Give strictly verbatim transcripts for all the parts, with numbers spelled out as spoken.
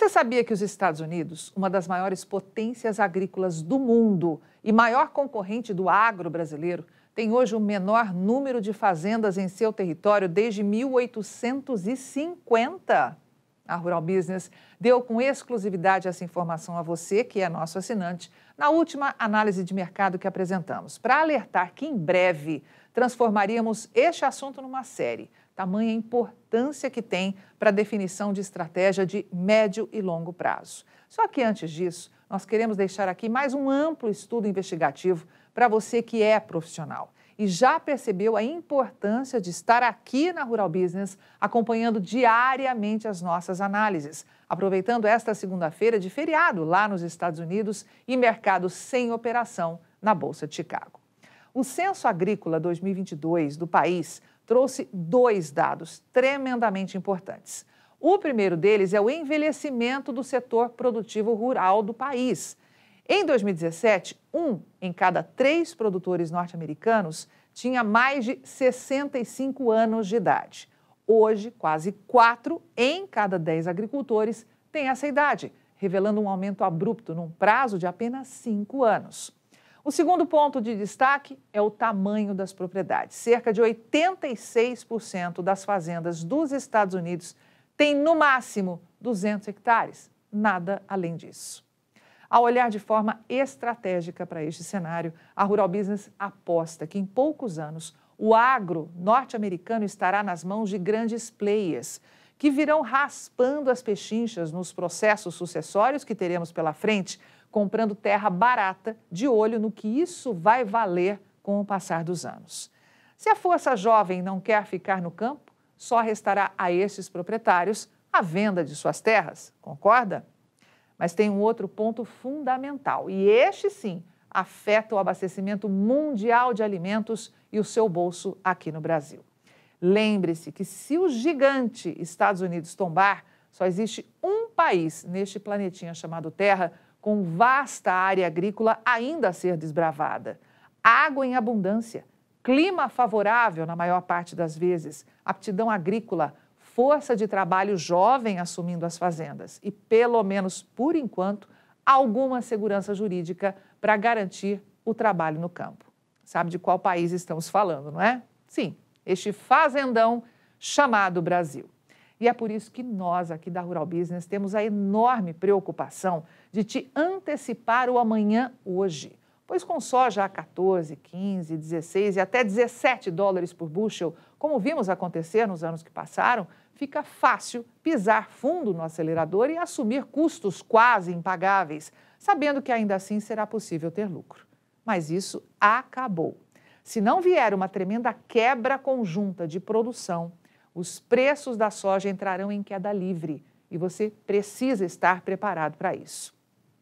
sabia que os Estados Unidos, uma das maiores potências agrícolas do mundo e maior concorrente do agro brasileiro, tem hoje o menor número de fazendas em seu território desde mil oitocentos e cinquenta? A Rural Business deu com exclusividade essa informação a você, que é nosso assinante, na última análise de mercado que apresentamos, para alertar que em breve transformaríamos este assunto numa série. Tamanha importância que tem para a definição de estratégia de médio e longo prazo. Só que antes disso, nós queremos deixar aqui mais um amplo estudo investigativo para você que é profissional e já percebeu a importância de estar aqui na Rural Business acompanhando diariamente as nossas análises, aproveitando esta segunda-feira de feriado lá nos Estados Unidos e mercado sem operação na Bolsa de Chicago. O Censo Agrícola dois mil e vinte e dois do país trouxe dois dados tremendamente importantes. O primeiro deles é o envelhecimento do setor produtivo rural do país. Em dois mil e dezessete, um em cada três produtores norte-americanos tinha mais de sessenta e cinco anos de idade. Hoje, quase quatro em cada dez agricultores têm essa idade, revelando um aumento abrupto num prazo de apenas cinco anos. O segundo ponto de destaque é o tamanho das propriedades. Cerca de oitenta e seis por cento das fazendas dos Estados Unidos têm, no máximo, duzentos hectares. Nada além disso. Ao olhar de forma estratégica para este cenário, a Rural Business aposta que, em poucos anos, o agro norte-americano estará nas mãos de grandes players, que virão raspando as pechinchas nos processos sucessórios que teremos pela frente, comprando terra barata, de olho no que isso vai valer com o passar dos anos. Se a força jovem não quer ficar no campo, só restará a estes proprietários a venda de suas terras, concorda? Mas tem um outro ponto fundamental, e este sim afeta o abastecimento mundial de alimentos e o seu bolso aqui no Brasil. Lembre-se que se o gigante Estados Unidos tombar, só existe um país neste planetinha chamado Terra com vasta área agrícola ainda a ser desbravada. Água em abundância, clima favorável na maior parte das vezes, aptidão agrícola, força de trabalho jovem assumindo as fazendas e, pelo menos por enquanto, alguma segurança jurídica para garantir o trabalho no campo. Sabe de qual país estamos falando, não é? Sim, este fazendão chamado Brasil. E é por isso que nós, aqui da Rural Business, temos a enorme preocupação de te antecipar o amanhã hoje. Pois com soja a quatorze, quinze, dezesseis e até dezessete dólares por bushel, como vimos acontecer nos anos que passaram, fica fácil pisar fundo no acelerador e assumir custos quase impagáveis, sabendo que ainda assim será possível ter lucro. Mas isso acabou. Se não vier uma tremenda quebra conjunta de produção, os preços da soja entrarão em queda livre e você precisa estar preparado para isso.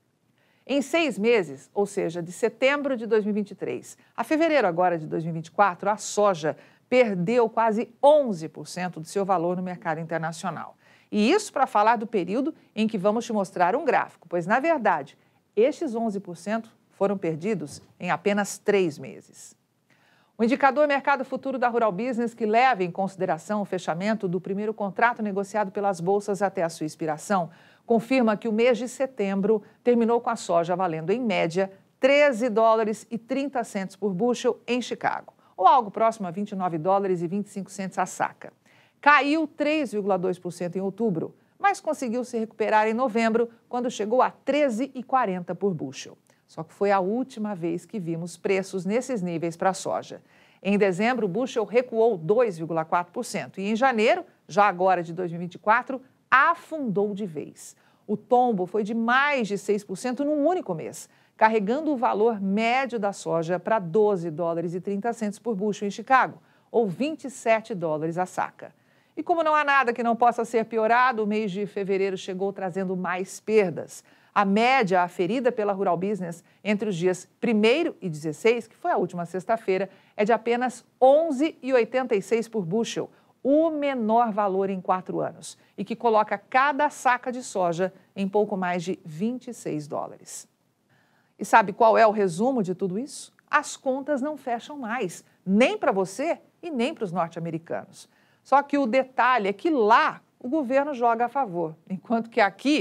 Em seis meses, ou seja, de setembro de dois mil e vinte e três a fevereiro agora de dois mil e vinte e quatro, a soja perdeu quase onze por cento do seu valor no mercado internacional. E isso para falar do período em que vamos te mostrar um gráfico, pois, na verdade, estes onze por cento foram perdidos em apenas três meses. O indicador Mercado Futuro da Rural Business, que leva em consideração o fechamento do primeiro contrato negociado pelas bolsas até a sua expiração, confirma que o mês de setembro terminou com a soja valendo, em média, treze dólares e trinta centos por bushel em Chicago, ou algo próximo a vinte e nove dólares e vinte e cinco centos a saca. Caiu três vírgula dois por cento em outubro, mas conseguiu se recuperar em novembro, quando chegou a treze reais e quarenta centos por bushel. Só que foi a última vez que vimos preços nesses níveis para a soja. Em dezembro, o bushel recuou dois vírgula quatro por cento e em janeiro, já agora de dois mil e vinte e quatro, afundou de vez. O tombo foi de mais de seis por cento num único mês, carregando o valor médio da soja para doze dólares e trinta centos por bushel em Chicago, ou vinte e sete dólares a saca. E como não há nada que não possa ser piorado, o mês de fevereiro chegou trazendo mais perdas. A média aferida pela Rural Business entre os dias primeiro e dezesseis, que foi a última sexta-feira, é de apenas onze reais e oitenta e seis centos por bushel, o menor valor em quatro anos, e que coloca cada saca de soja em pouco mais de vinte e seis dólares. E sabe qual é o resumo de tudo isso? As contas não fecham mais, nem para você e nem para os norte-americanos. Só que o detalhe é que lá o governo joga a favor, enquanto que aqui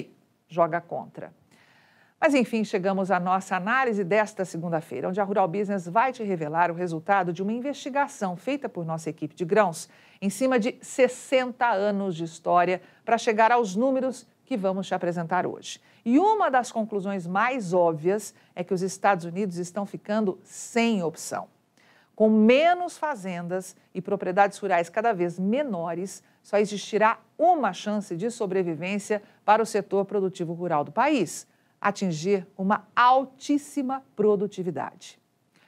joga contra. Mas, enfim, chegamos à nossa análise desta segunda-feira, onde a Rural Business vai te revelar o resultado de uma investigação feita por nossa equipe de grãos em cima de sessenta anos de história para chegar aos números que vamos te apresentar hoje. E uma das conclusões mais óbvias é que os Estados Unidos estão ficando sem opção. Com menos fazendas e propriedades rurais cada vez menores, só existirá uma chance de sobrevivência para o setor produtivo rural do país: atingir uma altíssima produtividade.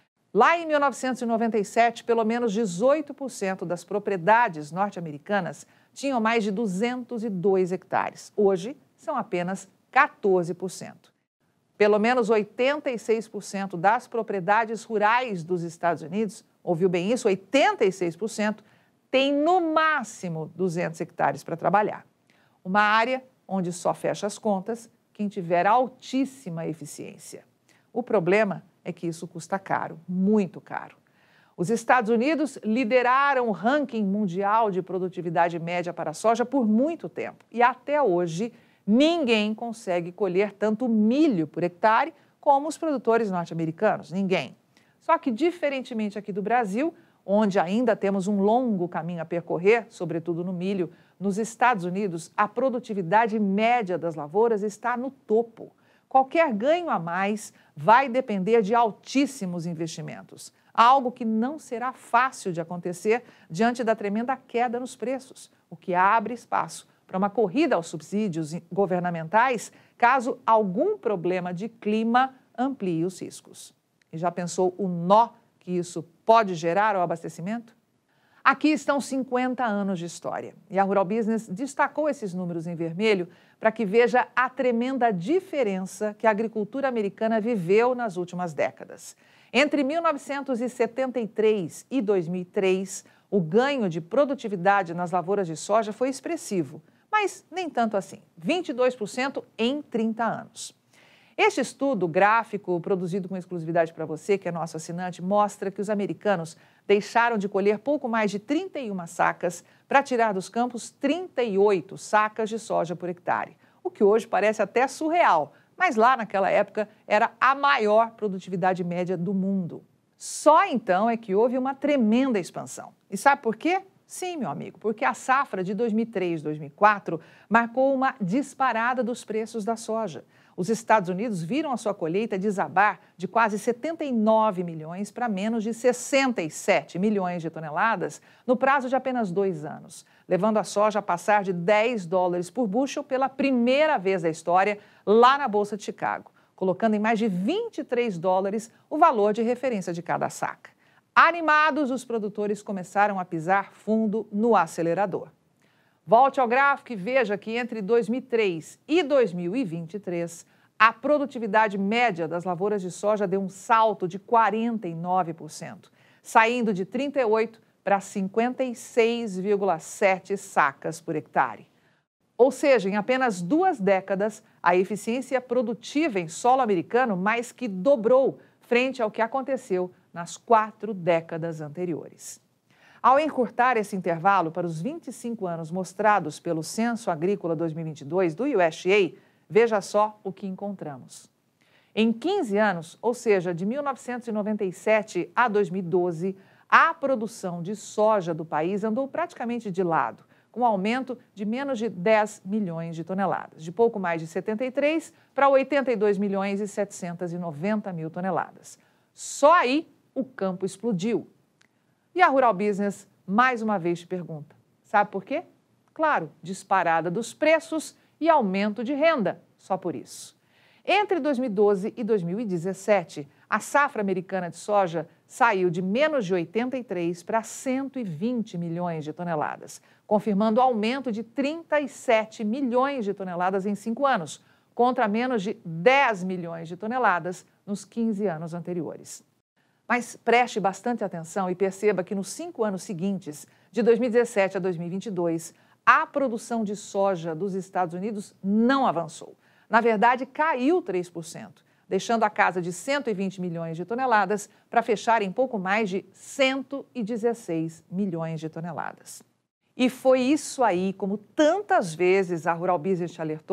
Lá em mil novecentos e noventa e sete, pelo menos dezoito por cento das propriedades norte-americanas tinham mais de duzentos e dois hectares. Hoje, são apenas quatorze por cento. Pelo menos oitenta e seis por cento das propriedades rurais dos Estados Unidos, ouviu bem isso, oitenta e seis por cento, tem no máximo duzentos hectares para trabalhar. Uma área onde só fecha as contas quem tiver altíssima eficiência. O problema é que isso custa caro, muito caro. Os Estados Unidos lideraram o ranking mundial de produtividade média para a soja por muito tempo e até hoje ninguém consegue colher tanto milho por hectare como os produtores norte-americanos, ninguém. Só que, diferentemente aqui do Brasil, onde ainda temos um longo caminho a percorrer, sobretudo no milho, nos Estados Unidos, a produtividade média das lavouras está no topo. Qualquer ganho a mais vai depender de altíssimos investimentos, algo que não será fácil de acontecer diante da tremenda queda nos preços, o que abre espaço para uma corrida aos subsídios governamentais caso algum problema de clima amplie os riscos. E já pensou o nó que isso pode gerar ao abastecimento? Aqui estão cinquenta anos de história e a Rural Business destacou esses números em vermelho para que veja a tremenda diferença que a agricultura americana viveu nas últimas décadas. Entre mil novecentos e setenta e três e dois mil e três, o ganho de produtividade nas lavouras de soja foi expressivo, mas nem tanto assim, vinte e dois por cento em trinta anos. Este estudo gráfico, produzido com exclusividade para você, que é nosso assinante, mostra que os americanos deixaram de colher pouco mais de trinta e uma sacas para tirar dos campos trinta e oito sacas de soja por hectare, o que hoje parece até surreal, mas lá naquela época era a maior produtividade média do mundo. Só então é que houve uma tremenda expansão. E sabe por quê? Sim, meu amigo, porque a safra de dois mil e três, dois mil e quatro marcou uma disparada dos preços da soja. Os Estados Unidos viram a sua colheita desabar de quase setenta e nove milhões para menos de sessenta e sete milhões de toneladas no prazo de apenas dois anos, levando a soja a passar de dez dólares por bushel pela primeira vez da história lá na Bolsa de Chicago, colocando em mais de vinte e três dólares o valor de referência de cada saca. Animados, os produtores começaram a pisar fundo no acelerador. Volte ao gráfico e veja que entre dois mil e três e dois mil e vinte e três, a produtividade média das lavouras de soja deu um salto de quarenta e nove por cento, saindo de trinta e oito para cinquenta e seis vírgula sete sacas por hectare. Ou seja, em apenas duas décadas, a eficiência produtiva em solo americano mais que dobrou frente ao que aconteceu nas quatro décadas anteriores. Ao encurtar esse intervalo para os vinte e cinco anos mostrados pelo Censo Agrícola dois mil e vinte e dois do U S D A, veja só o que encontramos. Em quinze anos, ou seja, de mil novecentos e noventa e sete a dois mil e doze, a produção de soja do país andou praticamente de lado, com um aumento de menos de dez milhões de toneladas, de pouco mais de setenta e três para oitenta e dois milhões e setecentos e noventa mil toneladas. Só aí o campo explodiu. E a Rural Business, mais uma vez, te pergunta, sabe por quê? Claro, disparada dos preços e aumento de renda, só por isso. Entre dois mil e doze e dois mil e dezessete, a safra americana de soja saiu de menos de oitenta e três para cento e vinte milhões de toneladas, confirmando aumento de trinta e sete milhões de toneladas em cinco anos, contra menos de dez milhões de toneladas nos quinze anos anteriores. Mas preste bastante atenção e perceba que nos cinco anos seguintes, de dois mil e dezessete a dois mil e vinte e dois, a produção de soja dos Estados Unidos não avançou. Na verdade, caiu três por cento, deixando a casa de cento e vinte milhões de toneladas para fechar em pouco mais de cento e dezesseis milhões de toneladas. E foi isso aí, como tantas vezes a Rural Business te alertou,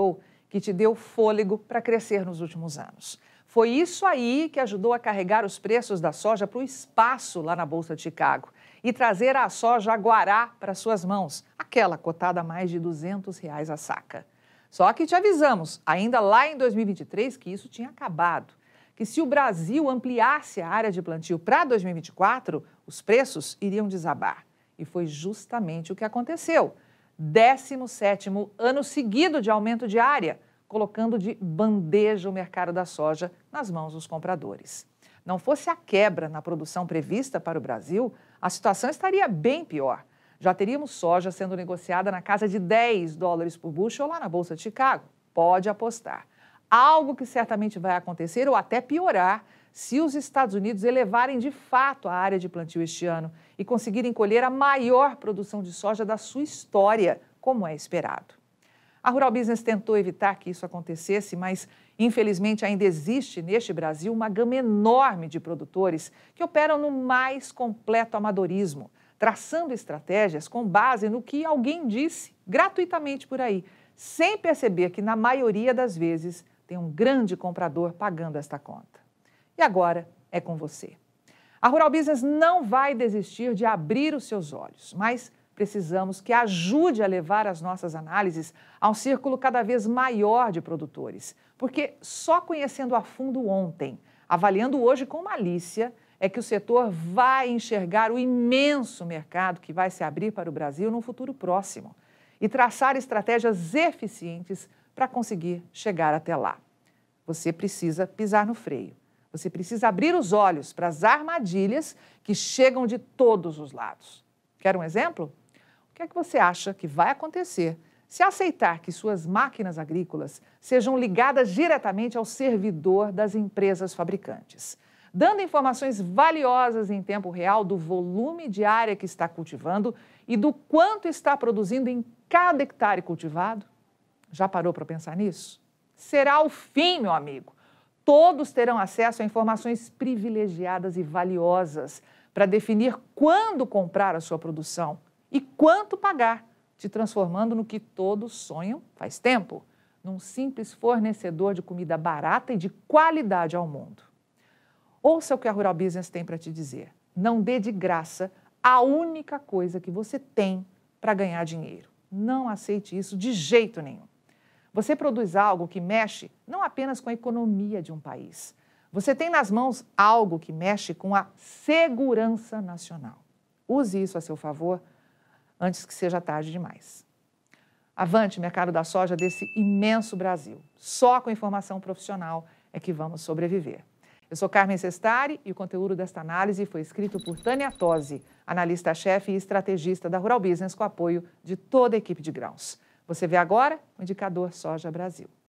que te deu fôlego para crescer nos últimos anos. Foi isso aí que ajudou a carregar os preços da soja para o espaço lá na Bolsa de Chicago e trazer a soja Guará para suas mãos, aquela cotada a mais de duzentos reais a saca. Só que te avisamos, ainda lá em dois mil e vinte e três, que isso tinha acabado, que se o Brasil ampliasse a área de plantio para dois mil e vinte e quatro, os preços iriam desabar. E foi justamente o que aconteceu. décimo sétimo ano seguido de aumento de área, colocando de bandeja o mercado da soja nas mãos dos compradores. Não fosse a quebra na produção prevista para o Brasil, a situação estaria bem pior. Já teríamos soja sendo negociada na casa de dez dólares por bushel lá na Bolsa de Chicago. Pode apostar. Algo que certamente vai acontecer ou até piorar se os Estados Unidos elevarem de fato a área de plantio este ano e conseguirem colher a maior produção de soja da sua história, como é esperado. A Rural Business tentou evitar que isso acontecesse, mas infelizmente ainda existe neste Brasil uma gama enorme de produtores que operam no mais completo amadorismo, traçando estratégias com base no que alguém disse gratuitamente por aí, sem perceber que na maioria das vezes tem um grande comprador pagando esta conta. E agora é com você. A Rural Business não vai desistir de abrir os seus olhos, mas precisamos que ajude a levar as nossas análises a um círculo cada vez maior de produtores, porque só conhecendo a fundo ontem, avaliando hoje com malícia, é que o setor vai enxergar o imenso mercado que vai se abrir para o Brasil no futuro próximo e traçar estratégias eficientes para conseguir chegar até lá. Você precisa pisar no freio. Você precisa abrir os olhos para as armadilhas que chegam de todos os lados. Quer um exemplo? O que é que você acha que vai acontecer se aceitar que suas máquinas agrícolas sejam ligadas diretamente ao servidor das empresas fabricantes, dando informações valiosas em tempo real do volume de área que está cultivando e do quanto está produzindo em cada hectare cultivado? Já parou para pensar nisso? Será o fim, meu amigo. Todos terão acesso a informações privilegiadas e valiosas para definir quando comprar a sua produção e quanto pagar, te transformando no que todos sonham faz tempo, num simples fornecedor de comida barata e de qualidade ao mundo. Ouça o que a Rural Business tem para te dizer. Não dê de graça a única coisa que você tem para ganhar dinheiro. Não aceite isso de jeito nenhum. Você produz algo que mexe não apenas com a economia de um país. Você tem nas mãos algo que mexe com a segurança nacional. Use isso a seu favor antes que seja tarde demais. Avante, mercado da soja desse imenso Brasil. Só com informação profissional é que vamos sobreviver. Eu sou Carmen Sestari e o conteúdo desta análise foi escrito por Tânia Tosi, analista-chefe e estrategista da Rural Business, com apoio de toda a equipe de grãos. Você vê agora o indicador Soja Brasil.